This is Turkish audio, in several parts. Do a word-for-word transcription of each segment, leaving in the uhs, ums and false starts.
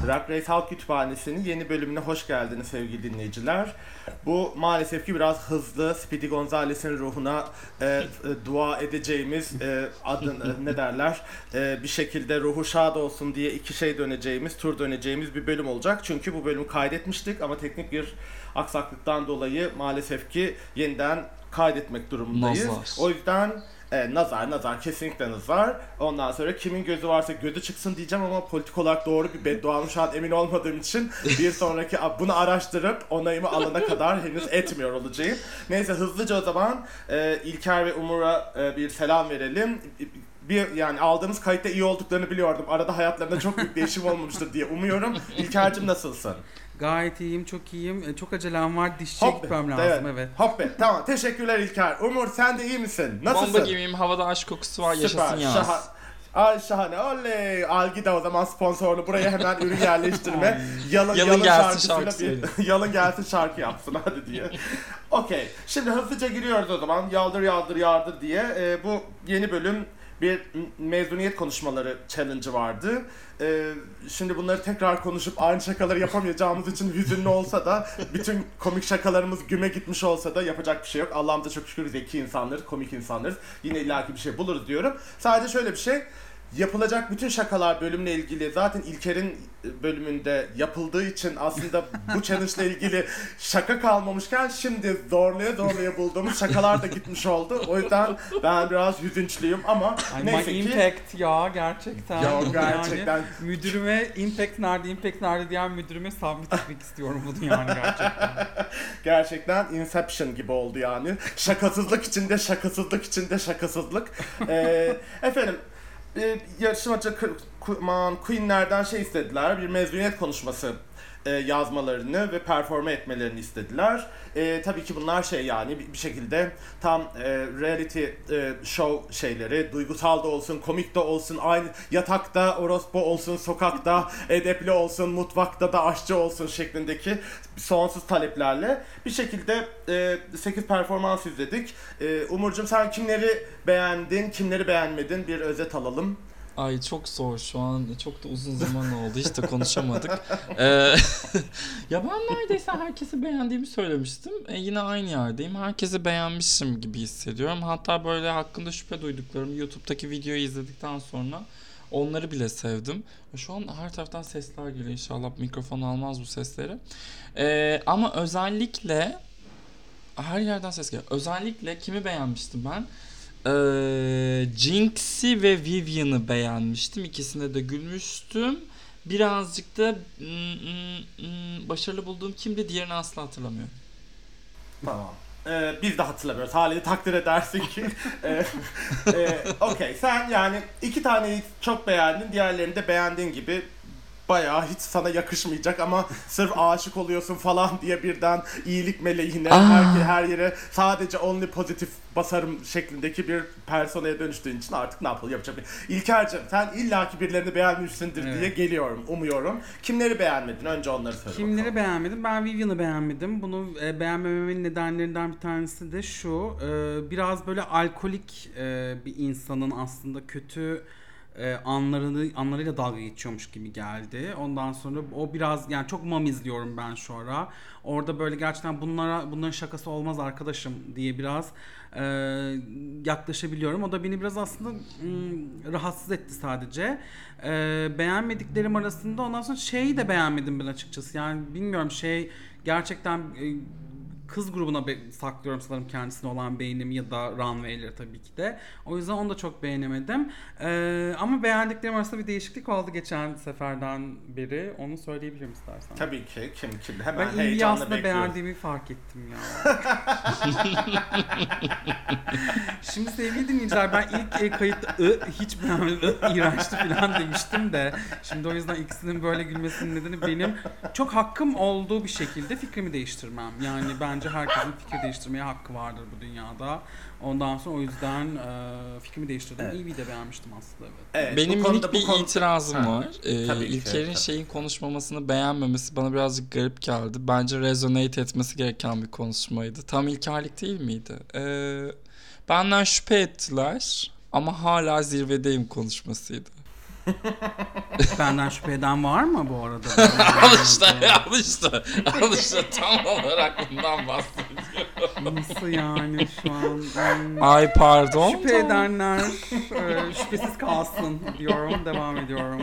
Drag Race Halk Kütüphanesi'nin yeni bölümüne hoş geldiniz sevgili dinleyiciler. Bu maalesef ki biraz hızlı, Speedy Gonzalez'in ruhuna e, e, dua edeceğimiz, e, adın e, ne derler, e, bir şekilde ruhu şad olsun diye iki şey döneceğimiz, tur döneceğimiz bir bölüm olacak. Çünkü bu bölümü kaydetmiştik ama teknik bir aksaklıktan dolayı maalesef ki yeniden kaydetmek durumundayız. Nazar. O yüzden e, nazar, nazar, kesinlikle nazar. Ondan sonra kimin gözü varsa gözü çıksın diyeceğim ama politik olarak doğru bir bedduam şu an emin olmadığım için bir sonraki bunu araştırıp onayımı alana kadar henüz etmiyor olacağım. Neyse hızlıca o zaman e, İlker ve Umur'a e, bir selam verelim. Bir, yani aldığımız kayıtta iyi olduklarını biliyordum. Arada hayatlarında çok büyük değişim olmamıştır diye umuyorum. İlker'cim nasılsın? Gayet iyiyim, çok iyiyim. Çok acelem var, dişçiye Hop be, gitmem lazım, evet. evet. Hop be, tamam. Teşekkürler İlker. Umur sen de iyi misin? Nasılsın? Bomba gibiyim, havada aşk kokusu var, yaşasın Süper, yaz. şaha- Ay şahane, oley. Algida o zaman sponsorlu. Buraya hemen ürün yerleştirme. Yalın, Yalın yalın gelsin şarkısıyla şarkı bir yalın gelsin şarkı yapsın hadi diye. Okey. Şimdi hızlıca giriyoruz o zaman. Yaldır yaldır yardır diye. Ee, bu yeni bölüm bir mezuniyet konuşmaları challenge'ı vardı. Ee, şimdi bunları tekrar konuşup aynı şakaları yapamayacağımız için hüzünlü olsa da bütün komik şakalarımız güme gitmiş olsa da yapacak bir şey yok. Allah'ımıza çok şükür zeki insanlarız, komik insanlarız. Yine illaki bir şey buluruz diyorum. Sadece şöyle bir şey. Yapılacak bütün şakalar bölümle ilgili zaten İlker'in bölümünde yapıldığı için aslında bu challenge ile ilgili şaka kalmamışken şimdi zorlaya zorlaya bulduğumuz şakalar da gitmiş oldu. O yüzden ben biraz hüzünçlüyüm ama Ay, neyse my ki... impact ya gerçekten. Ya gerçekten. Yani müdürüme impact nerede, impact nerede diyen müdürüme submit etmek istiyorum bunu yani gerçekten. Gerçekten Inception gibi oldu yani. Şakasızlık içinde şakasızlık içinde şakasızlık. Ee, efendim e, yarışmacı Queen'lerden şey istediler, bir mezuniyet konuşması e, yazmalarını ve performe etmelerini istediler. E, tabii ki bunlar şey yani bir, bir şekilde tam e, reality e, show şeyleri, duygusal da olsun, komik de olsun, aynı yatakta orospu olsun, sokakta edepli olsun, mutfakta da aşçı olsun şeklindeki sonsuz taleplerle bir şekilde e, sekiz performans izledik. E, Umurcuğum sen kimleri beğendin, kimleri beğenmedin bir özet alalım. Ay çok zor şu an, çok da uzun zaman oldu, hiç de konuşamadık. Ee, ya ben neredeyse herkesi beğendiğimi söylemiştim. E, yine aynı yerdeyim, herkesi beğenmişim gibi hissediyorum. Hatta böyle hakkında şüphe duyduklarım YouTube'daki videoyu izledikten sonra onları bile sevdim. Şu an her taraftan sesler geliyor, inşallah mikrofon almaz bu sesleri. Ee, ama özellikle her yerden ses geliyor. Özellikle kimi beğenmiştim ben? Ee, Jinx'i ve Vivian'ı beğenmiştim. İkisine de gülmüştüm. Birazcık da mm, mm, mm, başarılı bulduğum kimdi? Diğerini asla hatırlamıyorum. Tamam. Ee, biz de hatırlamıyoruz. Haliyle takdir edersin ki. ee, e, Okey. Sen yani iki taneyi çok beğendin. Diğerlerini de beğendiğin gibi bayağı hiç sana yakışmayacak ama sırf aşık oluyorsun falan diye birden iyilik meleğine her, her yere sadece only pozitif basarım şeklindeki bir personaya dönüştüğün için artık ne yapalım yapacak bir. İlker'cim sen illaki birilerini beğenmişsindir Evet. diye geliyorum, umuyorum. Kimleri beğenmedin? Önce onları söyle Kimleri bakalım. beğenmedim? Ben Vivian'ı beğenmedim. Bunu e, beğenmememin nedenlerinden bir tanesi de şu. E, biraz böyle alkolik e, bir insanın aslında kötü e, anlarını anlarıyla dalga geçiyormuş gibi geldi. Ondan sonra o biraz yani çok mam izliyorum ben şu ara. Orada böyle gerçekten bunlara bunların şakası olmaz arkadaşım diye biraz e, yaklaşabiliyorum. O da beni biraz aslında mm, rahatsız etti sadece. E, beğenmediklerim arasında ondan sonra şeyi de beğenmedim ben açıkçası. Yani bilmiyorum şey gerçekten e, kız grubuna be- saklıyorum sanırım kendisine olan beğenimi ya da runway'leri tabii ki de. O yüzden onu da çok beğenemedim. Ee, ama beğendiklerim arasında bir değişiklik oldu geçen seferden beri. Onu söyleyebilirim istersen. Tabii ki. Kim kim? Hemen Ben İlvi'yi heyecanla aslında bekliyorum. beğendiğimi fark ettim ya. Şimdi sevgili dinleyiciler ben ilk e, kayıtta ı, hiç beğenmedim, ı, iğrençti falan demiştim de. Şimdi o yüzden ikisinin böyle gülmesinin nedeni benim çok hakkım olduğu bir şekilde fikrimi değiştirmem. Yani bence herkesin fikir değiştirmeye hakkı vardır bu dünyada. Ondan sonra o yüzden e, fikrimi değiştirdim. Evet. İlvi'yi de beğenmiştim aslında evet. Evet, Benim bu konuda- minik bu bir konu- itirazım Ha, var. Ee, tabii ki, İlker'in tabii. şeyin konuşmamasını beğenmemesi bana birazcık garip geldi. Bence resonate etmesi gereken bir konuşmaydı. Tam İlkerlik değil miydi? Ee, benden şüphe ettiler ama hala zirvedeyim konuşmasıydı. Benden şüphe eden var mı bu arada? Al işte, al işte. Al işte, tam olarak bundan bahsediyorum. Nasıl yani şu an? Hmm. Ay pardon. Şüphe edenler e, şüphesiz kalsın diyorum. Devam ediyorum.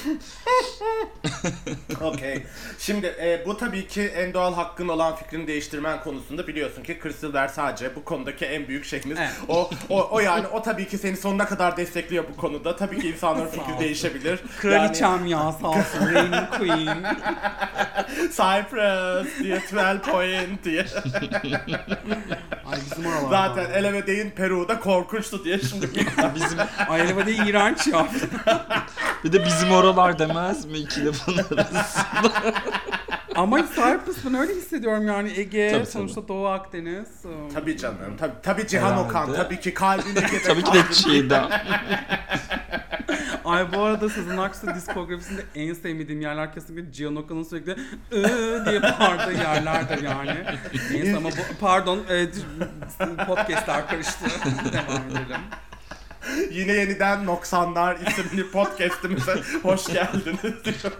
Okey. Şimdi e, bu tabii ki en doğal hakkın olan fikrini değiştirmen konusunda biliyorsun ki Crystal Versace bu konudaki en büyük şeyimiz. Evet. O, o, o yani o tabii ki seni sonuna kadar destekliyor bu konuda. Tabii ki insanların Sağ fikri ol. değişebilir. Kraliçem ya sağ olsun. Reigning Queen. Yani, Cyprus diye twelve point diye. Ay bizim oralarda. Zaten Elevede'in Peru'da korkunçtu diye şimdi. Bizim, Ay araba değil iğrenç ya. bir de bizim oralar demez mi iki lafın arasında? Ama Cyprus ben öyle hissediyorum yani Ege Tabii, sonuçta tabii. Doğu Akdeniz. Tabii canım. Tabii, tabii Cihan Herhalde. Okan. Tabii ki kalbine gider. Tabii ki de Çiğdem. Ay bu arada Sezen Aksu diskografisinde en sevmediğim yerler kesinlikle Cihan Okan'ın sürekli ıı diye bağırdığı yerlerdir yani. Neyse ama bu, pardon e, podcastlar karıştı. Devam edelim. Yine yeniden Noksanlar isimli podcast'imize hoş geldiniz diyorum.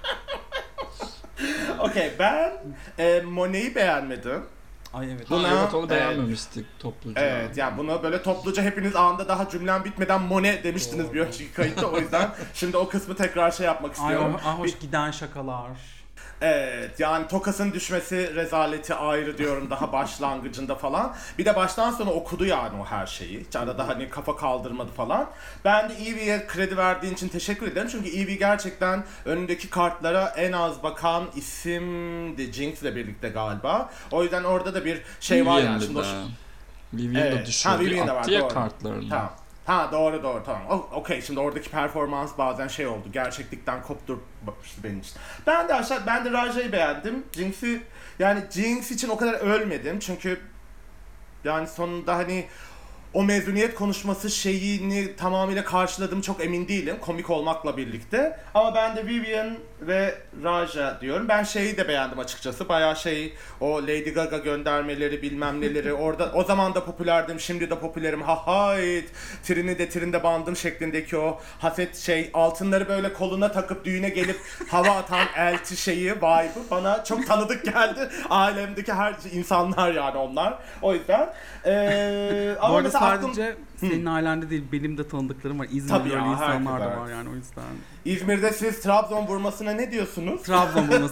Okey, ben e, Monet'i beğenmedim. Ay evet. Buna- Ha, evet, onu Evet. beğenmemiştik topluca. Evet, yani bunu böyle topluca hepiniz anda daha cümlem bitmeden Monet demiştiniz bir önceki kayıtta, o yüzden şimdi o kısmı tekrar şey yapmak Ay istiyorum. o, ah, hoş giden şakalar. Evet, yani Tokas'ın düşmesi rezaleti ayrı diyorum daha başlangıcında falan. Bir de baştan sona okudu yani o her şeyi. Hiç arada hani kafa kaldırmadı falan. Ben de Evie'ye kredi verdiğin için teşekkür ederim. Çünkü Evie gerçekten önündeki kartlara en az bakan isimdi. Jinx'le birlikte galiba. O yüzden orada da bir şey var yani. Şimdi o- Vivian Evet. da Ha, düşürdü. Vivian da var, Attı ya doğru. kartlarını. Tamam. Ha doğru doğru tamam. O- Okey, şimdi oradaki performans bazen şey oldu. Gerçeklikten kopturmuştu benim için. Ben de aşağı ben de Raja'yı beğendim. Jinx'i yani Jinx için o kadar ölmedim. Çünkü yani sonunda hani o mezuniyet konuşması şeyini tamamıyla karşıladım çok emin değilim. Komik olmakla birlikte. Ama ben de Vivian ve Raja diyorum. Ben şeyi de beğendim açıkçası. Bayağı şey o Lady Gaga göndermeleri bilmem neleri orada o zaman da popülerdim şimdi de popülerim ha hayt trini de trinde bandım şeklindeki o haset şey altınları böyle koluna takıp düğüne gelip hava atan elti şeyi vibe'ı bana çok tanıdık geldi. Ailemdeki her insanlar yani onlar. O yüzden ee, Bu ama arada mesela aklım- sadece senin ailende değil benim de tanıdıklarım var. Tabii İzmir'de ya, öyle insanlar da herkes, var yani o yüzden. İzmir'de siz Trabzon vurmasına ne diyorsunuz? Trabzon bulması.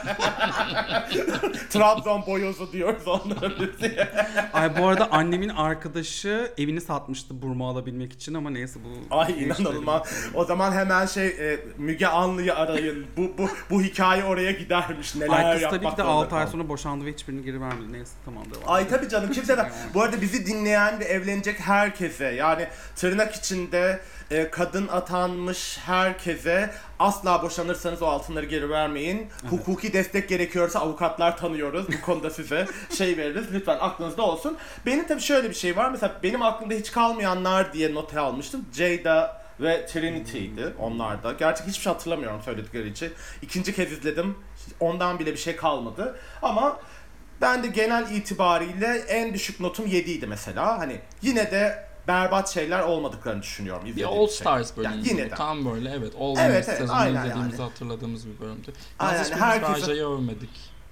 Trabzon boyozu diyoruz onlara biz diye. Ay bu arada annemin arkadaşı evini satmıştı burma alabilmek için ama neyse bu. Ay geçti. inanılmaz. O zaman hemen şey e, Müge Anlı'yı arayın. Bu bu bu hikaye oraya gidermiş. Neler Ay kız yapmak tabii ki de zorunda altı ay kaldı. sonra boşandı ve hiçbirini geri vermedi. Neyse tamam devam. Ay tabii canım kimse de bu arada bizi dinleyen ve evlenecek herkese yani tırnak içinde e, kadın atanmış herkese asla boşanırsanız o altınları geri vermeyin. Hukuki destek gerekiyorsa avukatlar tanıyoruz. Bu konuda size şey veririz. Lütfen aklınızda olsun. Benim tabii şöyle bir şey var. Mesela benim aklımda hiç kalmayanlar diye not almıştım. Jada ve Trinity'ydi onlar da. Gerçi hiçbir şey hatırlamıyorum söyledikleri için. İkinci kez izledim. Ondan bile bir şey kalmadı. Ama ben de genel itibariyle en düşük notum yediydi mesela. Hani yine de berbat şeyler olmadıklarını düşünüyorum. Bir izlediğim All şey. Stars bölümü. Yani yine de. Tam böyle evet. All Evet, Stars evet, sezonu aynen izlediğimizi yani. hatırladığımız bir bölümdü. Aynen, Yalnız hiçbirimiz herkese- Raja'yı övmedik.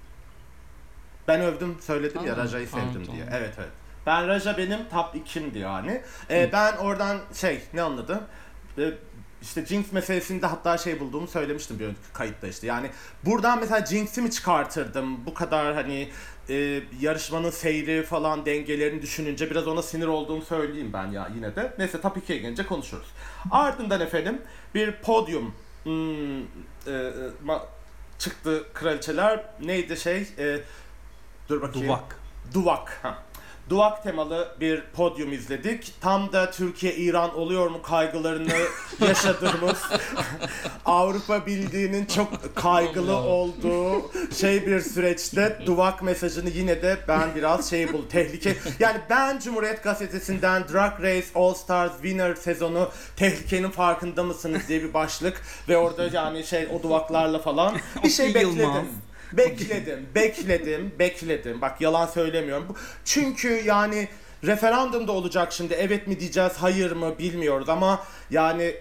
Ben övdüm söyledim ya Aa, Raja'yı pardon. sevdim diye. Evet evet. Ben Raja benim top ikimdi yani. Ee, ben oradan şey ne anladım? Ee, işte Jinx meselesinde hatta şey bulduğumu söylemiştim bir önceki kayıtta işte. Yani buradan mesela Jinx'i mi çıkartırdım? Bu kadar hani e, yarışmanın seyri falan dengelerini düşününce biraz ona sinir olduğumu söyleyeyim ben ya yine de. Neyse top ikiye gelince konuşuruz. Ardından efendim bir podyum hmm, e, e, ma- çıktı kraliçeler. Neydi şey? E, dur bakayım. Duvak. Duvak. Ha. Duvak temalı bir podyum izledik. Tam da Türkiye-İran oluyor mu kaygılarını yaşadığımız Avrupa Birliği'nin çok kaygılı olduğu şey bir süreçte Duvak mesajını yine de ben biraz şey bul tehlike. Yani ben Cumhuriyet Gazetesi'nden Drag Race All Stars Winner sezonu tehlikenin farkında mısınız diye bir başlık ve orada yani şey o duvaklarla falan bir şey Okey, Yılmaz. bekledim. Bekledim, bekledim, bekledim. Bak yalan söylemiyorum. Bu- Çünkü yani referandumda olacak şimdi. Evet mi diyeceğiz, hayır mı bilmiyoruz ama yani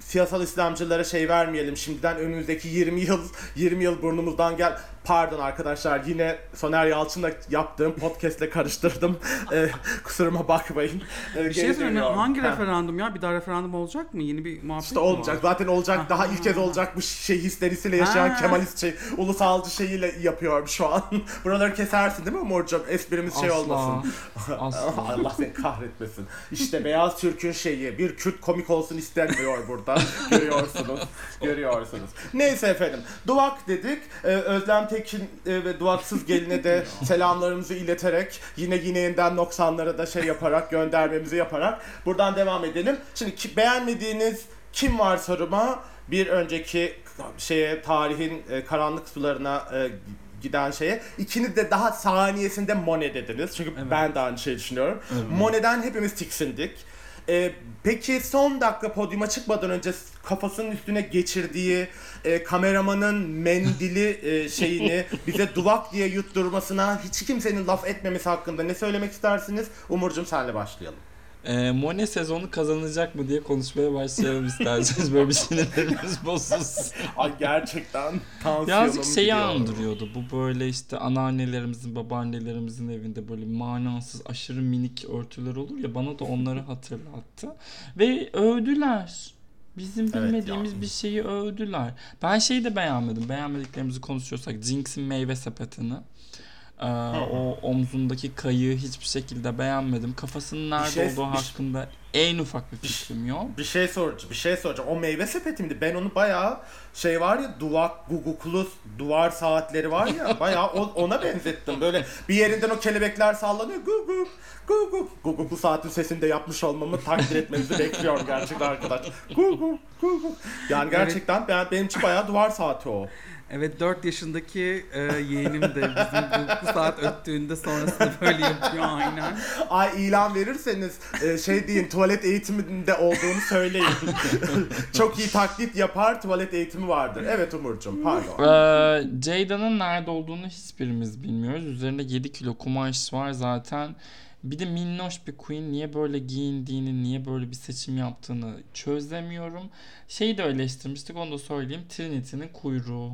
siyasal İslamcılara şey vermeyelim şimdiden, önümüzdeki yirmi yıl yirmi yıl burnumuzdan gel. Pardon arkadaşlar, yine Soner Yalçın'la yaptığım podcast'le karıştırdım. Ee, kusuruma bakmayın. Ee, Bir şey geri söyleyeyim. dönüyorum. Hangi Ha. referandum ya? Bir daha referandum olacak mı? Yeni bir muhabbet İşte mi olacak. var? Zaten olacak. Ha, Daha ha, ilk kez ha. olacakmış şey histerisiyle yaşayan Ha. Kemalist şey, ulusalcı şeyiyle yapıyorum şu an. Buraları kesersin değil mi Umurcuğum? Esprimiz şey Asla. olmasın. Asla. Allah seni kahretmesin. İşte Beyaz Türk'ün şeyi, bir Kürt komik olsun istenmiyor burada. Görüyorsunuz. Görüyorsunuz. Neyse efendim. Duvak dedik. Ee, Özlem Tekin e, ve Duvaksız Gelin'e de selamlarımızı ileterek, yine yine yeniden noksanlara da şey yaparak, göndermemizi yaparak buradan devam edelim. Şimdi ki, beğenmediğiniz kim var soruma, bir önceki şeye, tarihin e, karanlık sularına e, giden şeye. İkiniz de daha saniyesinde Monet dediniz. Çünkü Evet. ben de aynı şeyi düşünüyorum. Evet. Monet'den hepimiz tiksindik. Ee, peki son dakika podyuma çıkmadan önce kafasının üstüne geçirdiği e, kameramanın mendili e, şeyini bize duvak diye yutturmasına hiç kimsenin laf etmemesi hakkında ne söylemek istersiniz? Umurcuğum, senle başlayalım. E, Monet sezonu kazanacak mı diye konuşmaya başlayalım isterseniz. Böyle bir sinirlerimiz bozulsun. Ay gerçekten tansiyonum Birazcık şeyi gidiyor. andırıyordu. Bu böyle işte anneannelerimizin, babaannelerimizin evinde böyle manasız, aşırı minik örtüler olur ya, bana da onları hatırlattı. Ve övdüler. Bizim Evet, bilmediğimiz yani. bir şeyi övdüler. Ben şeyi de beğenmedim. Beğenmediklerimizi konuşuyorsak Jinx'in meyve sepetini. Ee, o omzundaki kayığı hiçbir şekilde beğenmedim. Kafasının nerede şey- olduğu bir- hakkında en ufak bir fikrim yok. Bir şey soracağım, bir şey soracağım. O meyve sepeti miydi? Ben onu bayağı şey var ya, duvak, guguklu duvar saatleri var ya, bayağı o- ona benzettim. Böyle bir yerinden o kelebekler sallanıyor. Guguk, guguk. Guguklu saatin sesini de yapmış olmamı takdir etmenizi bekliyorum gerçekten arkadaş. Guguk, guguk. Yani gerçekten ben, benim için bayağı duvar saati o. Evet, dört yaşındaki e, yeğenim de bizim bu saat öttüğünde sonrasında böyle yapıyor aynen. Ay, ilan verirseniz e, şey deyin, tuvalet eğitiminde olduğunu söyleyin. Çok iyi taklit yapar, tuvalet eğitimi vardır. Evet Umurcuğum, pardon. Ee, Jada'nın nerede olduğunu hiçbirimiz bilmiyoruz. Üzerinde yedi kilo kumaş var zaten. Bir de minnoş bir queen, niye böyle giyindiğini, niye böyle bir seçim yaptığını çözemiyorum. Şeyi de eleştirmiştik, onu da söyleyeyim. Trinity'nin kuyruğu.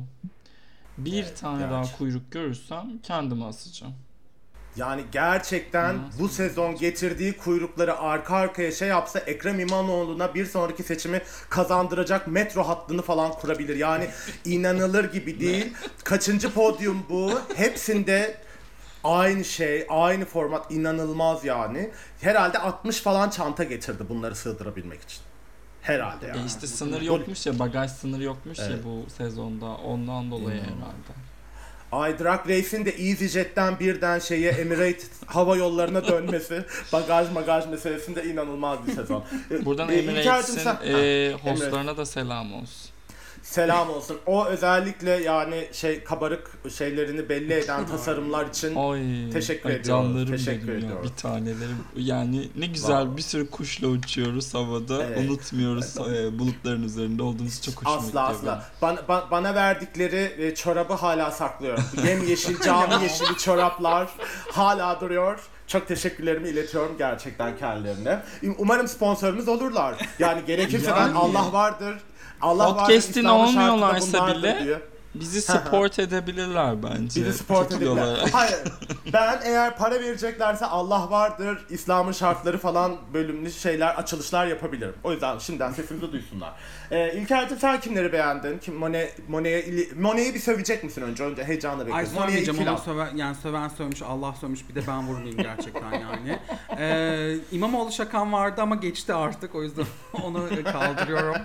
Bir Evet, tane gerçi. daha kuyruk görürsem kendime asacağım. Yani gerçekten bu sezon getirdiği kuyrukları arka arkaya şey yapsa, Ekrem İmamoğlu'na bir sonraki seçimi kazandıracak metro hattını falan kurabilir. Yani inanılır gibi değil. Kaçıncı podyum bu? Hepsinde aynı şey, aynı format, inanılmaz yani. Herhalde altmış falan çanta getirdi bunları sığdırabilmek için. Herhalde yani. E işte sınır yokmuş ya, bagaj sınırı yokmuş ya Evet. bu sezonda. Ondan dolayı herhalde. Ay, Drag Race'in de EasyJet'ten birden şeye, Emirates hava yollarına dönmesi, bagaj magaj meselesinde inanılmaz bir sezon. Buradan E, İlker'cim Emirates'in sen- e, Ha, hostlarına da selam olsun. Selam olsun. O özellikle yani şey, kabarık şeylerini belli eden tasarımlar için Ay, Teşekkür ay, ediyorum, Canlarım teşekkür benim ediyorum. ya, bir tanelerim. Yani ne güzel Vallahi. bir sürü kuşla uçuyoruz havada. Evet. Unutmuyoruz e, bulutların üzerinde olduğumuz, çok hoşuma asla gidiyor asla. Bana, ba- bana verdikleri e, çorabı hala saklıyorum. Yemyeşil, cami yeşili çoraplar hala duruyor. Çok teşekkürlerimi iletiyorum gerçekten kendilerine. Umarım sponsorumuz olurlar. Yani gerekirse ben Yani. Allah vardır. Allah vardır, Podcast'in İslam'ın şartı da olmuyorlarsa bunlardır bile diye. Bizi support edebilirler bence. Bizi support Fikir edebilirler. olarak. Hayır. Ben eğer para vereceklerse Allah vardır, İslam'ın şartları falan bölümlü şeyler, açılışlar yapabilirim. O yüzden şimdiden sesimizi duysunlar. Ee, İlker'cim sen kimleri beğendin? Kim Monet, Monet'i Monet'i bir sövecek misin önce? Önce heyecanla Ay bekliyorum. Monet'e sövmeyeceğim, iki onu laf. söven, yani söven sövmüş, Allah sövmüş, bir de ben vurmayayım gerçekten yani. Ee, İmamoğlu şakam vardı ama geçti artık, o yüzden onu kaldırıyorum.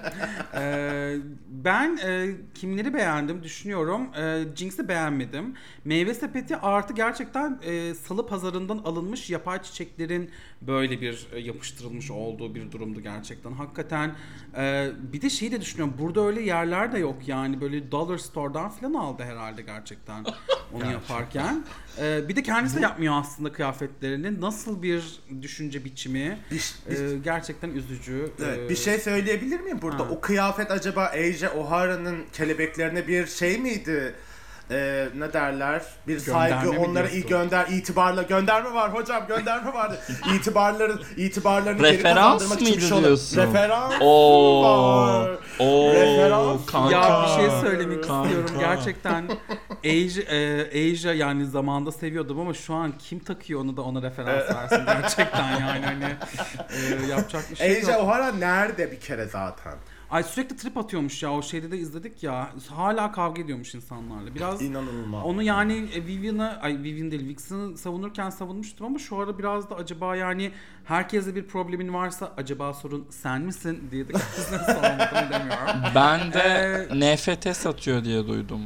Ee, ben e, kimleri beğendim düşünüyorum. Ee, Jinx'i beğenmedim. Meyve sepeti artı gerçekten e, salı pazarından alınmış yapay çiçeklerin böyle bir e, yapıştırılmış olduğu bir durumdu gerçekten. Hakikaten e, bir de şeyi de düşünüyorum. Burada öyle yerler de yok yani, böyle Dollar Store'dan falan aldı herhalde gerçekten onu yaparken. E, bir de kendisi de yapmıyor aslında kıyafetlerini. Nasıl bir düşünce biçimi? Bir, E, gerçekten üzücü. evet, E, bir şey söyleyebilir miyim burada? Ha. O kıyafet acaba Asia O'Hara'nın kelebeklerine bir şey miydi? e, ne derler bir saygı Gönderme mi onlara iyi diyorsun? gönder itibarla gönderme var hocam gönderme var itibarların itibarlarını geri Referans kazandırmak için bir mıydı şey olur. diyorsun? Referans Oo. var. Oo. Referans. Kanka. Ya bir şey söylemek Kanka. istiyorum. Gerçekten Asia, e, Asia yani zamanında seviyordum ama şu an kim takıyor onu da ona referans versin gerçekten yani hani e, yapacak bir şey Ece yok. O'Hara nerede bir kere zaten? Ay sürekli trip atıyormuş ya, o şeyde de izledik ya, hala kavga ediyormuş insanlarla. Biraz İnanılmaz. onu yani e, Vivian'ı, ay Vivian değil Vixen'ı savunurken savunmuştum ama şu ara biraz da acaba yani herkese bir problemin varsa acaba sorun sen misin diye de kendisine sormadım demiyorum. Ben de Ee, N F T satıyor diye duydum.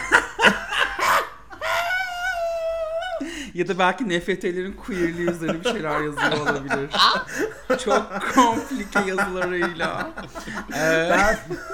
Ya da belki N F T'lerin queerliği üzerine bir şeyler yazıyor olabilir. Çok komplike yazılarıyla. Ee, Ben,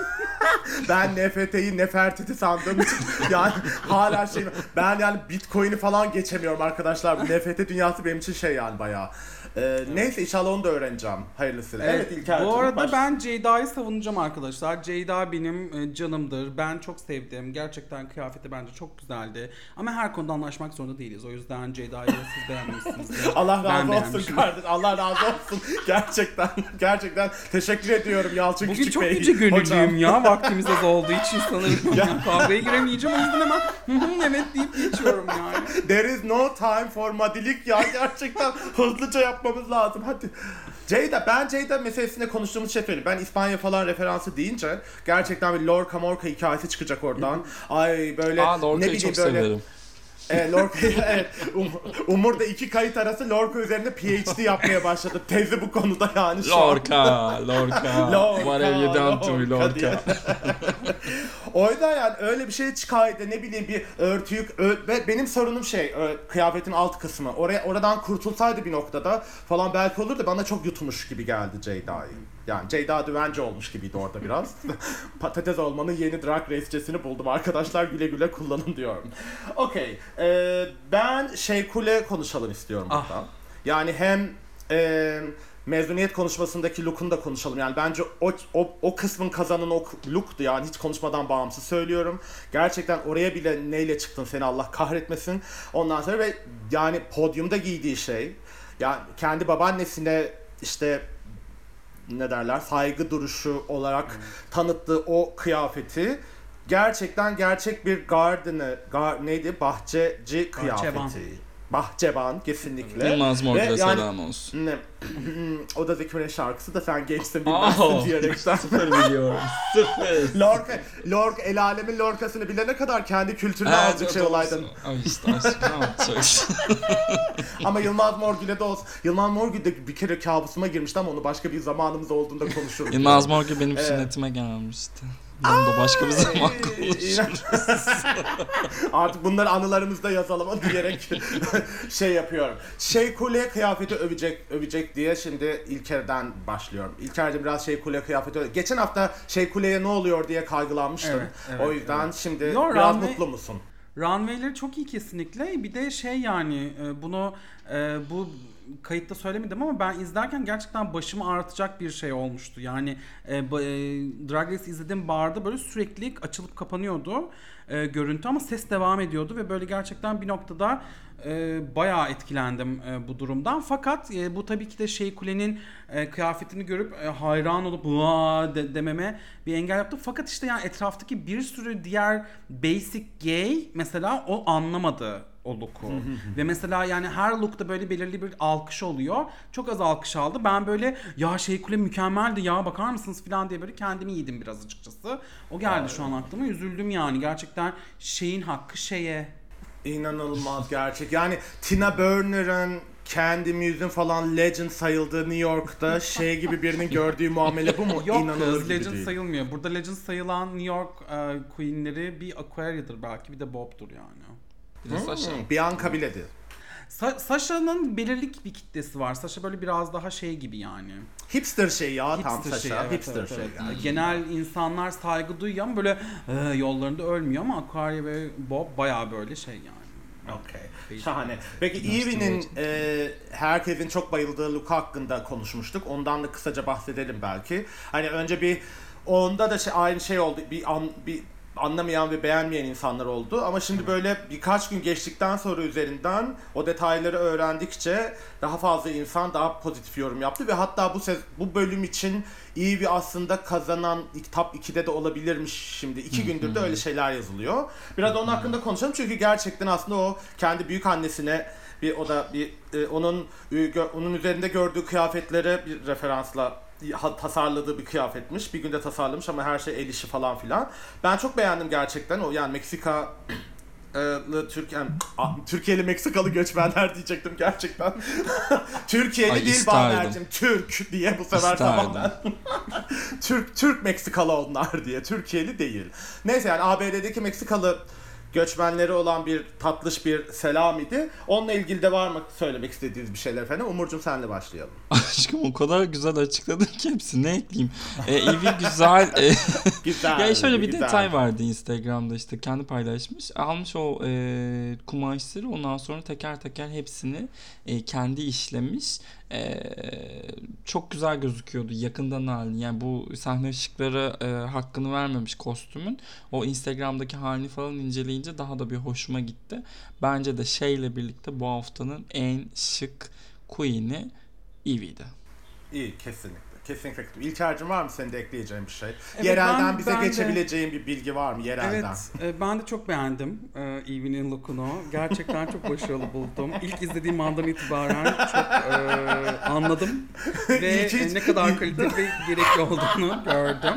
ben N F T'yi Nefertiti sandığım için yani hala şey ben yani Bitcoin'i falan geçemiyorum arkadaşlar. N F T dünyası benim için şey yani bayağı. Ee, neyse inşallah onu da öğreneceğim. Hayırlısıyla. Evet, Evet, İlker'cim. bu arada baş- ben Ceyda'yı savunacağım arkadaşlar. Ceyda benim e, canımdır. Ben çok sevdim. Gerçekten kıyafeti bence çok güzeldi. Ama her konuda anlaşmak zorunda değiliz. O yüzden Ceyda'yı siz beğenmişsiniz. Allah Ben razı olsun beğenmişim. kardeş. Allah razı olsun. Gerçekten gerçekten teşekkür ediyorum Yalçın Bugün Küçük çok Bey. yüce gönüllüyüm Hocam. ya. Vaktimiz az olduğu için sanırım. Yani kavgaya giremeyeceğim. O yüzden hemen hı hı evet deyip geçiyorum yani. There is no time for madilik ya. Gerçekten hızlıca yapmamız lazım. Hadi. Ceyda, ben Ceyda meselesinde konuştuğumuz şey söyleyeyim. Ben İspanya falan referansı deyince gerçekten bir Lorca Morca hikayesi çıkacak oradan. Ay böyle Aa ne Lorca'yı bileyim çok böyle. severim. E, Lorca, evet. Um, Umur da iki kayıt arası Lorca üzerinde P H D yapmaya başladı. Tezi bu konuda yani şu an. Lorca, Lorca. Lorca, What have you done to me Lorca diye. Lorca? O yüzden yani öyle bir şey çıkaydı ne bileyim bir örtüyü ö- ve benim sorunum şey ö- kıyafetin alt kısmı oraya oradan kurtulsaydı bir noktada falan belki olur da bana çok yutmuş gibi geldi Ceyda'yı. Yani Ceyda Düvenci olmuş gibiydi orada biraz. Patates olmanın yeni drag race'cesini buldum arkadaşlar güle güle kullanın diyorum. Okey. Ee, ben Şeykule konuşalım istiyorum Ah. burada. Yani hem e, mezuniyet konuşmasındaki look'unu da konuşalım. Yani bence o, o, o kısmın kazananı o look'tu yani hiç konuşmadan bağımsız söylüyorum. Gerçekten oraya bile neyle çıktın seni Allah kahretmesin. Ondan sonra ve yani podyumda giydiği şey yani kendi babaannesine işte ne derler saygı duruşu olarak hmm. tanıttığı o kıyafeti gerçekten gerçek bir garden'ı gar, neydi bahçeci kıyafeti. Bahçeban. Bahçeban kesinlikle. Yılmaz Morgül'e Ve yani- selam olsun. Ne? O da Zeki Müren şarkısı da sen gençsin Aa, bilmezsin diyerekten. Sıfır biliyorum. Sıfır. Lorca, Lorca, el alemin Lorca'sını bilene kadar kendi kültürüne Ha, azıcık şey doğrusu. olaydın. Ay işte aşk ne yapacağız? Ama Yılmaz Morgül'e de olsun. Yılmaz Morgül de bir kere kabusuma girmişti ama onu başka bir zamanımız olduğunda konuşuruz. Yılmaz Morgül benim Evet. sünnetime gelmişti. Onu da başka bir zaman konuşuruz. Artık bunları anılarımızda yazalım diyerek şey yapıyorum. Şeykule kıyafeti övecek övecek diye şimdi İlker'den başlıyorum. İlker'cim biraz Şeykule kıyafeti öve. Geçen hafta Şeykule'ye ne oluyor diye kaygılanmıştın. Evet, evet, o yüzden evet. şimdi Yo, biraz runway- mutlu musun? Runway'leri çok iyi kesinlikle. Bir de şey yani e, bunu e, bu kayıtta söylemedim ama ben izlerken gerçekten başımı ağrıtacak bir şey olmuştu. Yani e, ba- e, Drag Race izlediğim barda böyle sürekli açılıp kapanıyordu e, görüntü ama ses devam ediyordu ve böyle gerçekten bir noktada e, bayağı etkilendim e, bu durumdan. Fakat e, bu tabii ki de Şeykule'nin e, kıyafetini görüp e, hayran olup vaa de, dememe bir engel yaptı. Fakat işte yani etraftaki bir sürü diğer basic gay mesela o anlamadı o look'u. Ve mesela yani her look'ta böyle belirli bir alkış oluyor. Çok az alkış aldı. Ben böyle ya Şeykule mükemmeldi ya bakar mısınız falan diye böyle kendimi yedim biraz açıkçası. O geldi Ay. şu an aklıma. Üzüldüm yani. Gerçekten şeyin hakkı şeye. İnanılmaz gerçek. Yani Tina Burner'ın kendi Muse'un falan legend sayıldığı New York'ta şey gibi birinin gördüğü muamele bu mu? Yok İnanılır kız gibi Legend değil. sayılmıyor. Burada Legend sayılan New York e, Queen'leri bir Aquaria'dır belki bir de Bob'dur yani. Bir de Sasha. Hmm, Bianca biledi. Sa- Sasha'nın belirli bir kitlesi var. Sasha böyle biraz daha şey gibi yani. Hipster şey ya tam Hipster Sasha. şey, evet, Hipster evet, şey evet. yani. Genel insanlar saygı duyuyor ama böyle e, yollarında ölmüyor ama Aquaria ve Bob bayağı böyle şey yani. Okey. Şahane. Peki Evie'nin e, herkesin çok bayıldığı look hakkında konuşmuştuk. Ondan da kısaca bahsedelim belki. Hani önce bir onda da şey, aynı şey oldu. Bir an bir anlamayan ve beğenmeyen insanlar oldu. Ama şimdi böyle birkaç gün geçtikten sonra üzerinden o detayları öğrendikçe daha fazla insan daha pozitif yorum yaptı ve hatta bu sez- bu bölüm için iyi bir aslında kazanan top ikide de olabilirmiş şimdi. iki gündür de öyle şeyler yazılıyor. Biraz onun hakkında konuşalım çünkü gerçekten aslında o kendi büyük annesine bir o da bir e, onun onun üzerinde gördüğü kıyafetlere bir referansla tasarladığı bir kıyafetmiş. Bir günde tasarlamış ama her şey el işi falan filan. Ben çok beğendim gerçekten o yani Meksika Türkiye Türkiye'li Meksikalı göçmenler diyecektim gerçekten. Türkiye'li Ay, değil isterdim. Baver'cim. Türk diye bu sefer İsterdim. tamamen. Türk Türk Meksikalı onlar diye. Türkiye'li değil. Neyse yani A B D'deki Meksikalı göçmenleri olan bir tatlış bir selam idi. Onunla ilgili de var mı söylemek istediğiniz bir şeyler efendim? Umurcuğum senle başlayalım. Aşkım o kadar güzel açıkladın ki hepsini ne ekleyeyim. E, evi güzel. E, Güzel. ya şöyle bir güzel. detay vardı Instagram'da işte kendi paylaşmış. Almış o e, kumaşları ondan sonra teker teker hepsini e, kendi işlemiş. E, çok güzel gözüküyordu yakından halini. Yani bu sahne ışıkları e, hakkını vermemiş kostümün. O Instagram'daki halini falan inceleyince daha da bir hoşuma gitti. Bence de şeyle birlikte bu haftanın en şık queen'i Evie'di. İyi kesinlikle. Kesinlikle. İlker'cim var mı senin de ekleyeceğin bir şey? Evet, Yerelden ben- bize ben de- geçebileceğin bir bilgi var mı yerelden? Evet, e, ben de çok beğendim e, Evie'nin lookunu. Gerçekten çok başarılı buldum. İlk izlediğim andan itibaren çok e, anladım ve Hiç, hiç. e, ne kadar kaliteli ve gerekli olduğunu gördüm.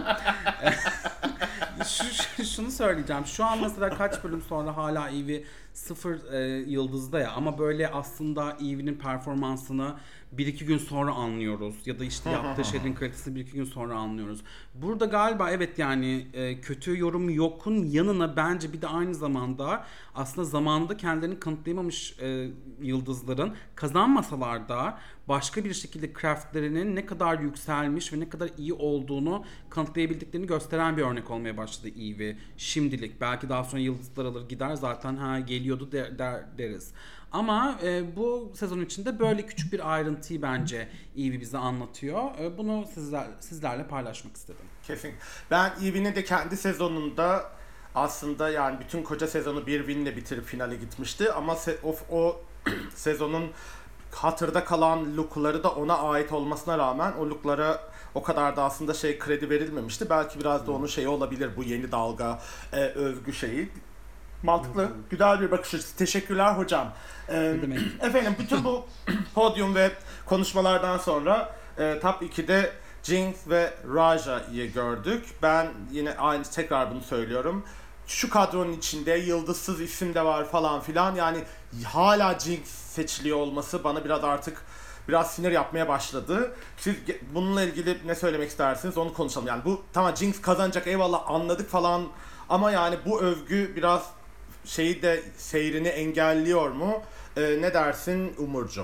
Şu, şu- şunu söyleyeceğim. Şu an mesela kaç bölüm sonra hala Evie sıfır e, yıldızda ya ama böyle aslında Evie'nin performansını bir iki gün sonra anlıyoruz ya da işte yaptığı şeylerin kalitesini bir iki gün sonra anlıyoruz. Burada galiba evet yani e, kötü yorum yokun yanına bence bir de aynı zamanda aslında zamanında kendilerini kanıtlayamamış e, yıldızların kazanmasalar da başka bir şekilde craftlerinin ne kadar yükselmiş ve ne kadar iyi olduğunu kanıtlayabildiklerini gösteren bir örnek olmaya başladı Evie. Şimdilik belki daha sonra yıldızlar alır gider zaten ha geliyordu der, der, deriz. Ama e, bu sezon içinde böyle küçük bir ayrıntıyı bence Evie bize anlatıyor. E, bunu sizler, sizlerle paylaşmak istedim. Kesin. Ben Evie'nin de kendi sezonunda aslında yani bütün koca sezonu bir winle bitirip finale gitmişti ama se- o, o sezonun hatırda kalan lookları da ona ait olmasına rağmen o looklara o kadar da aslında şey kredi verilmemişti. Belki biraz da onun şeyi olabilir bu yeni dalga e, övgü şeyi. Mantıklı, güzel bir bakış açısı. Teşekkürler hocam. Ee, Ne demek? efendim bütün bu podyum ve konuşmalardan sonra e, Top ikide Jinx ve Raja'yı gördük. Ben yine aynı tekrar bunu söylüyorum. Şu kadronun içinde yıldızsız isim de var falan filan. Yani hala Jinx seçiliyor olması bana biraz artık biraz sinir yapmaya başladı. Siz bununla ilgili ne söylemek istersiniz onu konuşalım. Yani bu tamam Jinx kazanacak eyvallah anladık falan ama yani bu övgü biraz şeyi de seyrini engelliyor mu? Ee, ne dersin Umurcuğum?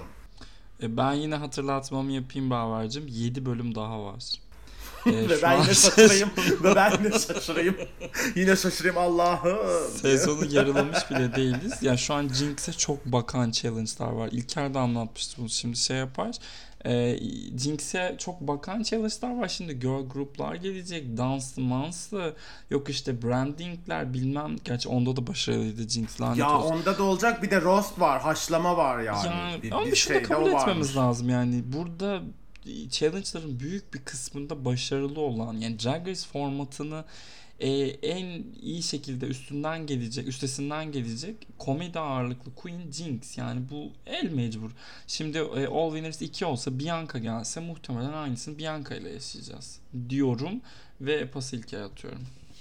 E, ben yine hatırlatmamı yapayım Baver'cim. yedi bölüm daha var. E, Ve şu ben an yine şaşırayım. Ve ben yine şaşırayım. Yine şaşırayım Allah'ım. Sezonu yarılamış bile değiliz. Yani şu an Jinx'e çok bakan challenge'lar var. İlker de anlatmıştı bunu. Şimdi şey yapar. E, Jinx'e çok bakan challenge'lar var. Şimdi girl group'lar gelecek. Danslı manslı. Yok işte branding'ler bilmem. Gerçi onda da başarılıydı Jinx. Lanet Ya olsun. onda da olacak bir de roast var, haşlama var yani. Yani, bir, ama bir bir şunu da şey de kabul o etmemiz varmış. lazım yani. Burada challenge'ların büyük bir kısmında başarılı olan yani Drag Race formatını e, en iyi şekilde üstünden gelecek, üstesinden gelecek komedi ağırlıklı Queen Jinx. Yani bu el mecbur. Şimdi e, All Winners iki olsa Bianca gelse muhtemelen aynısını Bianca ile yaşayacağız diyorum ve pası İlker'e atıyorum.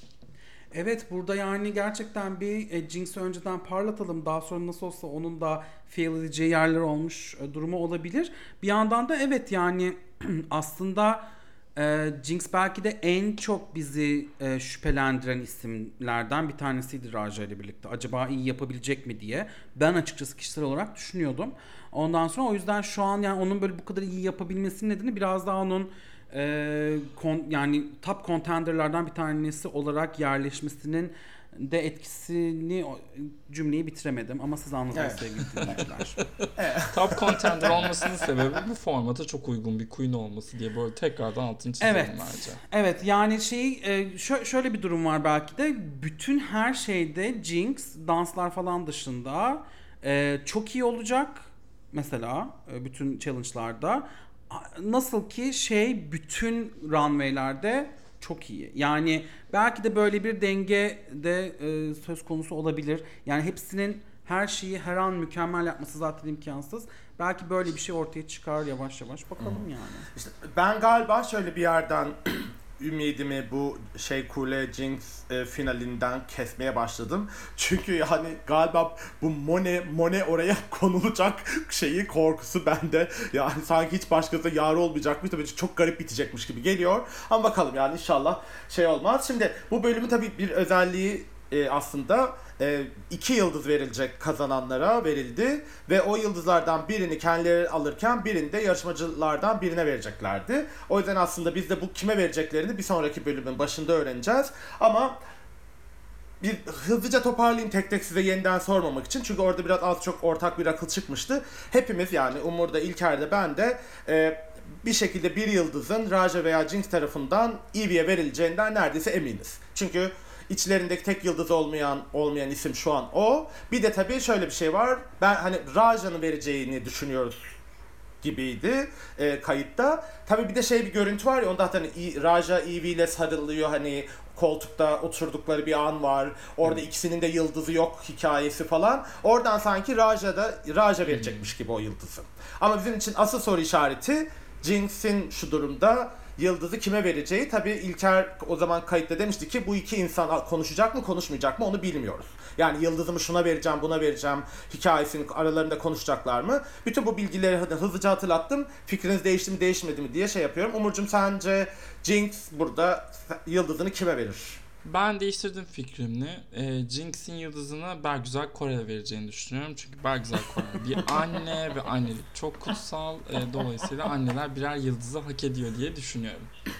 Evet burada yani gerçekten bir e, Jinx'i önceden parlatalım. Daha sonra nasıl olsa onun da fail edeceği yerler olmuş e, durumu olabilir. Bir yandan da evet yani aslında e, Jinx belki de en çok bizi e, şüphelendiren isimlerden bir tanesiydi Raja ile birlikte. Acaba iyi yapabilecek mi diye. Ben açıkçası kişisel olarak düşünüyordum. Ondan sonra o yüzden şu an yani onun böyle bu kadar iyi yapabilmesinin nedeni biraz daha onun Ee, kon, yani top contenderlardan bir tanesi olarak yerleşmesinin de etkisini cümleyi bitiremedim ama siz anladınız Evet. sevgili dinleyiciler. Top contender olmasının sebebi bu formata çok uygun bir queen olması diye böyle tekrardan altını çizelim Evet. bence. Evet yani şey e, şö- şöyle bir durum var belki de bütün her şeyde Jinx danslar falan dışında e, çok iyi olacak mesela e, bütün challenge'larda. Nasıl ki şey bütün runway'lerde çok iyi. Yani belki de böyle bir denge de e, söz konusu olabilir. Yani hepsinin her şeyi her an mükemmel yapması zaten imkansız. Belki böyle bir şey ortaya çıkar yavaş yavaş. Bakalım hmm. yani. İşte ben galiba şöyle bir yerden ümidimi bu şey Kule Jinx e, finalinden kesmeye başladım. Çünkü yani galiba bu Mone Mone oraya konulacak şeyi korkusu bende. Yani sanki hiç başkası yar olmayacakmış da böyle çok garip bitecekmiş gibi geliyor. Ama bakalım yani inşallah şey olmaz. Şimdi bu bölümün tabii bir özelliği e, aslında e, iki yıldız verilecek kazananlara verildi ve o yıldızlardan birini kendileri alırken birini de yarışmacılardan birine vereceklerdi. O yüzden aslında biz de bu kime vereceklerini bir sonraki bölümün başında öğreneceğiz. Ama bir hızlıca toparlayayım tek tek size yeniden sormamak için. Çünkü orada biraz az çok ortak bir akıl çıkmıştı. Hepimiz yani Umur'da, İlker'de, ben de e, bir şekilde bir yıldızın Raja veya Jinx tarafından Yvie'ye verileceğinden neredeyse eminiz. Çünkü İçlerindeki tek yıldız olmayan olmayan isim şu an o. Bir de tabii şöyle bir şey var. Ben hani Raja'nın vereceğini düşünüyoruz gibiydi e, kayıtta. Tabii bir de şey bir görüntü var ya onda hani Raja Yvie ile sarılıyor hani koltukta oturdukları bir an var. Orada hmm. ikisinin de yıldızı yok hikayesi falan. Oradan sanki Raja da Raja verecekmiş gibi o yıldızı. Ama bizim için asıl soru işareti Jinx'in şu durumda yıldızı kime vereceği. Tabii İlker o zaman kayıtta demişti ki bu iki insan konuşacak mı konuşmayacak mı onu bilmiyoruz. Yani yıldızımı şuna vereceğim buna vereceğim hikayesinin aralarında konuşacaklar mı? Bütün bu bilgileri hızlıca hatırlattım. Fikriniz değişti mi değişmedi mi diye şey yapıyorum. Umurcuğum sence Jinx burada yıldızını kime verir? Ben değiştirdim fikrimni. E, Jinx'in yıldızını Bergüzar Korel'e vereceğini düşünüyorum. Çünkü Bergüzar Korel bir anne ve annelik çok kutsal. E, dolayısıyla anneler birer yıldızı hak ediyor diye düşünüyorum.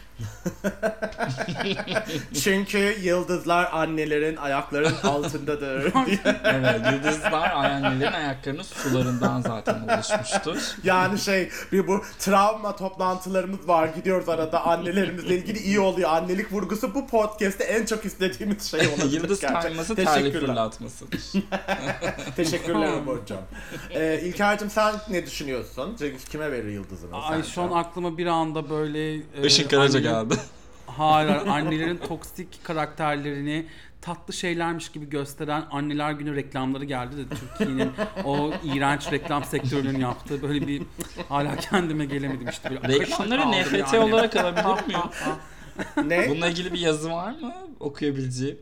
Çünkü yıldızlar annelerin ayaklarının altındadır. Evet, yıldızlar annelerin ayaklarının sularından zaten oluşmuştur. Yani şey bir bu travma toplantılarımız var, gidiyoruz arada annelerimizle ilgili iyi oluyor. Annelik vurgusu bu podcast'te en çok istediğimiz şey olabilir. Yıldız kayması terlik fırlatmasıdır. Teşekkürler hocam. Ee, İlker'cim sen ne düşünüyorsun? Jinx kime verir yıldızını? Ay şu an aklıma bir anda böyle e, Işın Karaca geldi. Hayır, annelerin toksik karakterlerini tatlı şeylermiş gibi gösteren Anneler Günü reklamları geldi de Türkiye'nin o iğrenç reklam sektörünün yaptığı böyle bir hala kendime gelemedim işte. Böyle reklamları N F T yani. Olarak alabilir miyim? Ne? Bununla ilgili bir yazı var mı okuyabileceğim?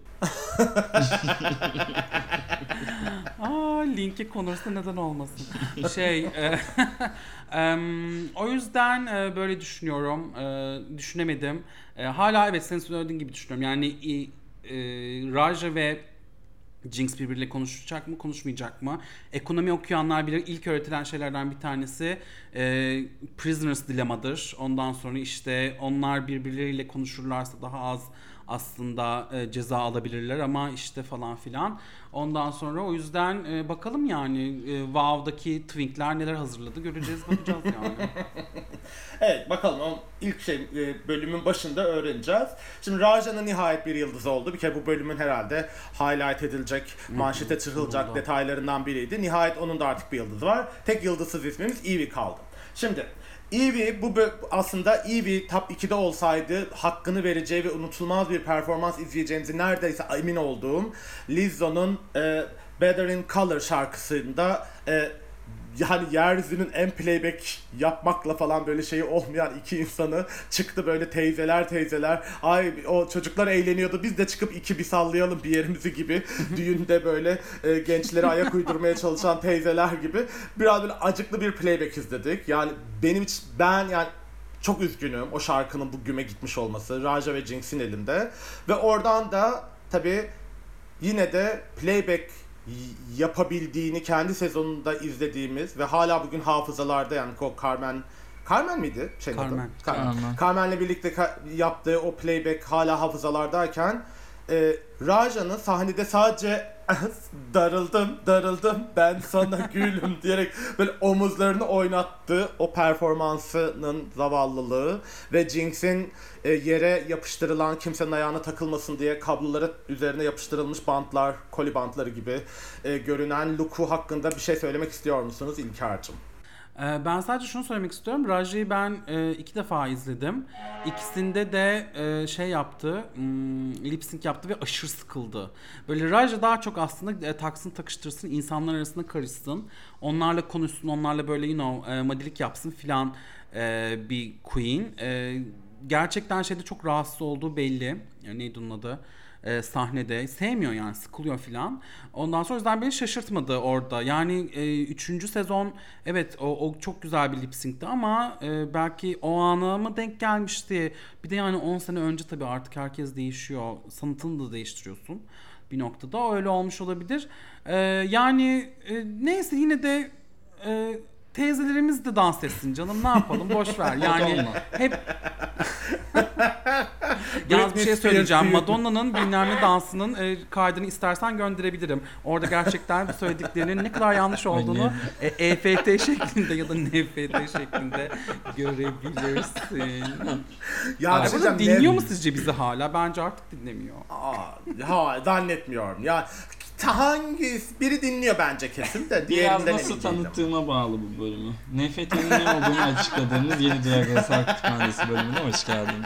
Aa, linki konursa neden olmasın. Şey, e, e, o yüzden e, böyle düşünüyorum, e, düşünemedim. E, hala evet senin söylediğin gibi düşünüyorum. Yani e, e, Raja ve Jinx birbiriyle konuşacak mı, konuşmayacak mı? Ekonomi okuyanlar bilir. İlk öğretilen şeylerden bir tanesi e, Prisoners Dilemma'dır. Ondan sonra işte onlar birbirleriyle konuşurlarsa daha az aslında e, ceza alabilirler ama işte falan filan. Ondan sonra o yüzden e, bakalım yani e, WoW'daki Twinkler neler hazırladı göreceğiz, bakacağız yani. Evet bakalım o ilk şey e, bölümün başında öğreneceğiz. Şimdi Raja'nın nihayet bir yıldızı oldu. Bir kere bu bölümün herhalde highlight edilecek, manşete çıkılacak detaylarından biriydi. Nihayet onun da artık bir yıldızı var. Tek yıldızsız ismimiz Yvie kaldı. Şimdi Yvie bu aslında Yvie top ikide olsaydı hakkını vereceği ve unutulmaz bir performans izleyeceğimizi neredeyse emin olduğum Lizzo'nun e, Better in Color şarkısında e, yani yeryüzünün en playback yapmakla falan böyle şeyi olmayan iki insanı çıktı böyle teyzeler teyzeler ay o çocuklar eğleniyordu biz de çıkıp iki bir sallayalım bir yerimizi gibi düğünde böyle e, gençlere ayak uydurmaya çalışan teyzeler gibi biraz böyle acıklı bir playback izledik. Yani benim hiç ben yani çok üzgünüm o şarkının bu güme gitmiş olması Raja ve Jinx'in elinde ve oradan da tabii yine de playback yapabildiğini kendi sezonunda izlediğimiz ve hala bugün hafızalarda yani o Carmen Carmen miydi? Şey Carmen. Carmen. Carmen'le birlikte ka- yaptığı o playback hala hafızalardayken e, Raja'nın sahnede sadece darıldım, darıldım, ben sana gülüm diyerek böyle omuzlarını oynattığı o performansının zavallılığı ve Jinx'in e, yere yapıştırılan, kimsenin ayağına takılmasın diye kabloları üzerine yapıştırılmış bantlar, koli bantları gibi e, görünen look'u hakkında bir şey söylemek istiyor musunuz İlker'cim? Ben sadece şunu söylemek istiyorum. Raja'yı ben e, iki defa izledim. İkisinde de e, şey yaptı, hmm, lip sync yaptı ve aşırı sıkıldı. Böyle Raja daha çok aslında e, taksın takıştırsın, insanlar arasında karışsın. Onlarla konuşsun, onlarla böyle you know e, madilik yapsın filan e, bir queen. E, gerçekten şeyde çok rahatsız olduğu belli. Yani neydi onun adı? E, sahnede sevmiyor yani, sıkılıyor filan. Ondan sonra o yüzden beni şaşırtmadı orada. Yani e, üçüncü sezon evet o, o çok güzel bir lip sync'ti ama e, belki o ana mı denk gelmişti. Bir de yani on sene önce tabii artık herkes değişiyor. Sanatını da değiştiriyorsun bir noktada. Öyle olmuş olabilir. E, yani e, neyse yine de e, teyzelerimiz de dans etsin canım, ne yapalım, boş ver. Yani hep Yalnız bir şey söyleyeceğim. Madonna'nın bilmem ne dansının e, kaydını istersen gönderebilirim. Orada gerçekten bu söylediklerinin ne kadar yanlış olduğunu e, E F T şeklinde ya da N F T şeklinde görebilirsin. Ya Ya burada dinliyor mu sizce bizi hala? Bence artık dinlemiyor. Aa, ha, zannetmiyorum. Ya hangi biri dinliyor bence kesin de Biraz diğerinden nasıl emin değilim. tanıttığıma bağlı bu bölümü. N F T'nin ne olduğunu açıkladığımız Yeni Dragons Halk Kütüphanesi bölümüne hoş geldiniz.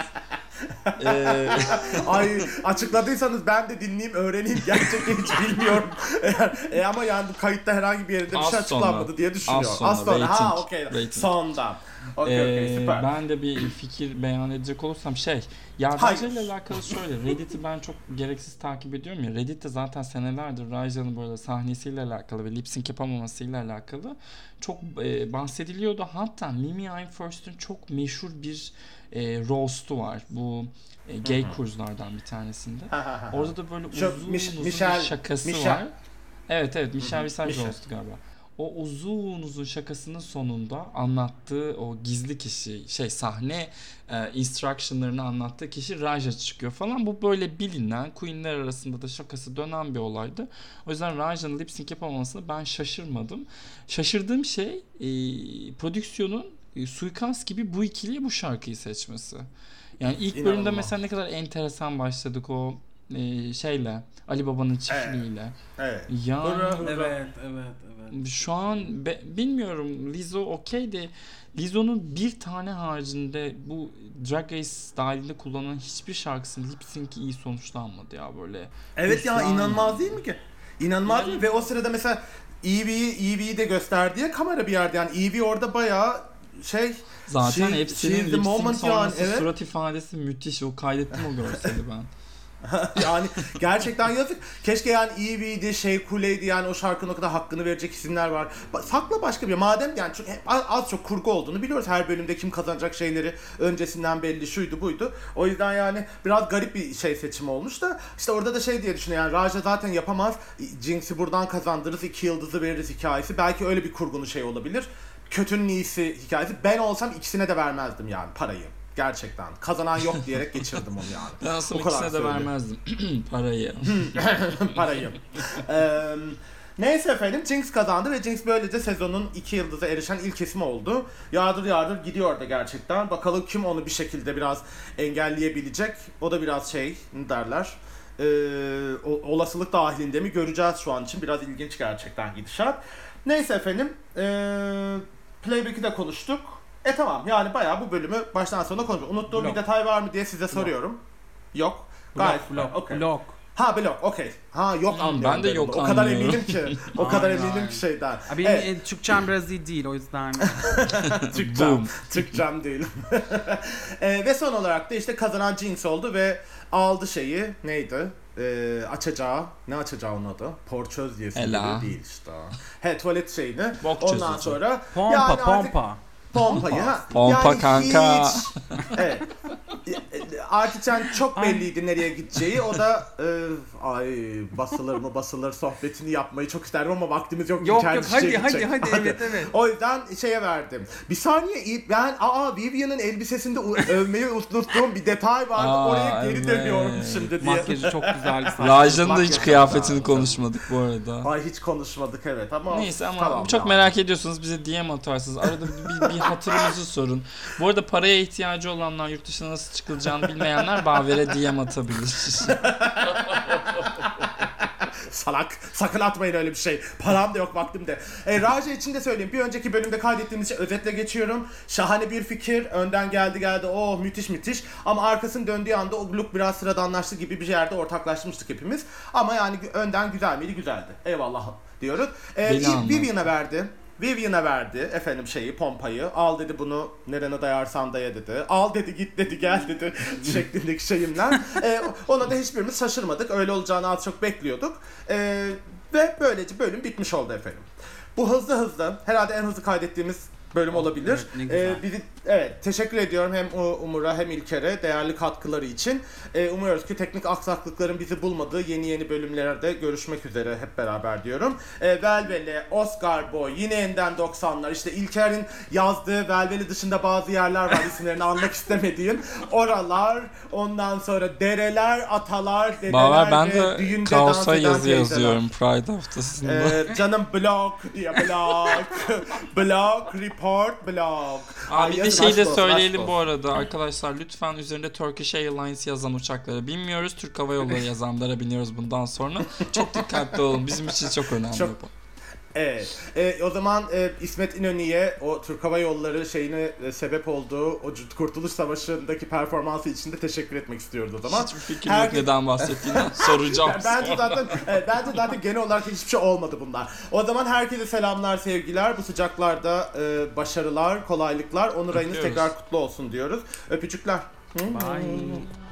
Ee... Ay açıkladıysanız ben de dinleyeyim, öğreneyim. Gerçekten hiç bilmiyorum. e, ama yani bu kayıtta herhangi bir yerinde bir Az şey açıklanmadı sonra. diye düşünüyorum. Az sonra, Az sonra. Ha rating, okey. rating. Sonda. Okay, Ee, okay, süper. ben de bir fikir beyan edecek olursam şey, Raja ile alakalı şöyle, Reddit'i ben çok gereksiz takip ediyorum ya. Reddit'te zaten senelerdir Raja'nın böyle sahnesiyle alakalı ve lip sync yapamamasıyla alakalı çok e, bahsediliyordu. Hatta Mimi I'm First'ün çok meşhur bir e, roast'u var. Bu e, gay kurslardan bir tanesinde. Orada da böyle Şu, uzun Mich- uzun Michel, bir şakası Michel. var. Evet evet, Michel Visage Michel. roast'u galiba. O uzun uzun şakasının sonunda anlattığı o gizli kişi, şey sahne e, instruction'larını anlattığı kişi Raja çıkıyor falan. Bu böyle bilinen, queenler arasında da şakası dönen bir olaydı. O yüzden Raja'nın lip sync yapamamasını ben şaşırmadım. Şaşırdığım şey e, prodüksiyonun e, suikast gibi bu ikiliye bu şarkıyı seçmesi. Yani ilk İnanılmaz. bölümde mesela ne kadar enteresan başladık o e, şeyle, Ali Baba'nın çiftliğiyle. Evet. Ya Hurra, hurra. Evet, evet, evet. şu an be, bilmiyorum, Lizzo okey de Lizzo'nun bir tane haricinde bu Drag Race dahilinde kullanılan hiçbir şarkısının lip sync'i iyi sonuçlanmadı ya böyle. Evet ya, Hüsran inanılmaz yani. değil mi ki? İnanılmaz Yani- değil mi? Ve o sırada mesela Evie'yi Evie'yi de gösterdi ya kamera bir yerde, yani Evie orada bayağı şey Zaten she- hepsinin she's the lip sync moment yani, sonrası evet. surat ifadesi müthiş. O kaydettim o görseli ben. Yani gerçekten yazık. Keşke yani Evie'ydi, şey Kuley'di, yani o şarkının o kadar hakkını verecek isimler var. Ba- Sakla başka bir, madem yani çok, hep az çok kurgu olduğunu biliyoruz. Her bölümde kim kazanacak şeyleri öncesinden belli, şuydu buydu. O yüzden yani biraz garip bir şey seçimi olmuş da işte orada da şey diye düşünüyorum, yani Raja zaten yapamaz. Jinx'i buradan kazandırırız, iki yıldızı veririz hikayesi. Belki öyle bir kurgunun şey olabilir. Kötünün iyisi hikayesi. Ben olsam ikisine de vermezdim yani parayı. Gerçekten. Kazanan yok diyerek geçirdim onu yani. Ben aslında O kadar ikisine de söyleyeyim. vermezdim parayı. Parayı. Ee, neyse efendim, Jinx kazandı ve Jinx böylece sezonun iki yıldıza erişen ilk isim oldu. Yardır yardır gidiyor da gerçekten. Bakalım kim onu bir şekilde biraz engelleyebilecek. O da biraz şey, ne derler, ee, o- olasılık dahilinde mi göreceğiz şu an için. Biraz ilginç gerçekten gidişat. Neyse efendim, ee, Playback'i de konuştuk. E tamam, yani bayağı bu bölümü baştan sona konuştuk. Unuttuğum Blok. bir detay var mı diye size soruyorum. Yok. Gayet Blok, blok, okey. blok. Ha blok, okey. Ha yok Hmm, anlıyorum. ben de yok onu. O kadar anlıyorum. eminim ki. O kadar Aynen. eminim ki şeyden. Ha, benim Evet, e, Türkçem biraz iyi değil o yüzden. Türkçem. Boom. Türkçem değilim. e, ve son olarak da işte kazanan Jinx oldu ve aldı şeyi, neydi? E, açacağı, ne açacağı onun adı? Porçöz diyesi Ela. gibi değil işte. He, tuvalet şeyini. Bok Ondan çözücü. sonra Pompa, yani artık- pompa. Pompayı ha. Pompa yani kanka. Hiç, evet. Artiçen çok belliydi nereye gideceği. O da e, ay basılır mı basılır sohbetini yapmayı çok isterdim ama vaktimiz yok. Yok Kendi yok hadi şişeye hadi gidecek. hadi evet evet. O yüzden şeye verdim. Bir saniye ben aa Vivian'ın elbisesinde u- övmeyi unuttuğum bir detay vardı. Aa, Oraya geri evet. dönüyorum şimdi diye. Makyajı çok güzeldi. Raja'nın da hiç Makyaj kıyafetini yaptı. konuşmadık bu arada. Ay hiç konuşmadık evet ama Neyse ama tamam çok ya. merak ediyorsanız bize D M atarsınız. Arada bir, bir hatırımızı sorun. Bu arada paraya ihtiyacı olanlar, yurt dışına nasıl çıkılacağını bilmeyenler Baver'e D M atabilir. Salak. Sakın atmayın öyle bir şey. Param da yok vaktim de. E, Raja için de söyleyeyim. Bir önceki bölümde kaydettiğimiz için özetle geçiyorum. Şahane bir fikir. Önden geldi geldi. Oh müthiş müthiş. Ama arkasını döndüğü anda o look biraz sıradanlaştı gibi bir yerde ortaklaşmıştık hepimiz. Ama yani önden güzel miydi? Güzeldi. Eyvallah diyoruz. E, Beni anlat. Vivian'a verdi. Vivian'a verdi efendim şeyi, pompayı. Al dedi bunu nerene dayarsan daya dedi. Al dedi git dedi gel dedi şeklindeki şeyimler. Ee, ona da hiçbirimiz şaşırmadık. Öyle olacağını az çok bekliyorduk. Ee, ve böylece bölüm bitmiş oldu efendim. Bu hızlı hızlı herhalde en hızlı kaydettiğimiz bölüm olabilir. Evet, ne güzel. Ee, bizi, evet teşekkür ediyorum hem Umur'a hem İlker'e değerli katkıları için. Ee, umuyoruz ki teknik aksaklıkların bizi bulmadığı yeni yeni bölümlerde görüşmek üzere hep beraber diyorum. Ee, Velvele, Oscar Boy, yine yeniden doksanlar. İşte İlker'in yazdığı Velvele dışında bazı yerler var isimlerini almak istemediğim. Oralar, ondan sonra dereler, atalar, dedeler Baver ben ve de düğünde dans kaosa eden yazı teyzeler. yazıyorum Pride haftasında. Ee, canım blog diye blog. Blog, report, blog. Abi bir de yazın, şey aşk de olsun, söyleyelim aşk bu olsun. arada arkadaşlar, lütfen üzerinde Turkish Airlines yazan uçaklara binmiyoruz. Türk Hava Yolları yazanlara biniyoruz bundan sonra. Çok dikkatli olun. Bizim için çok önemli Çok- bu. Evet. Ee, o zaman e, İsmet İnönü'ye o Türk Hava Yolları şeyine e, sebep olduğu o Kurtuluş Savaşı'ndaki performansı için de teşekkür etmek istiyoruz o zaman. Hiçbir fikrim yok Herkes- neden bahsettiğinden soracağım. Yani bence zaten e, bence zaten genel olarak hiçbir şey olmadı bunlar. O zaman herkese selamlar, sevgiler. Bu sıcaklarda e, başarılar, kolaylıklar. Onur ayınız Öpüyoruz. tekrar kutlu olsun diyoruz. Öpücükler. Bye.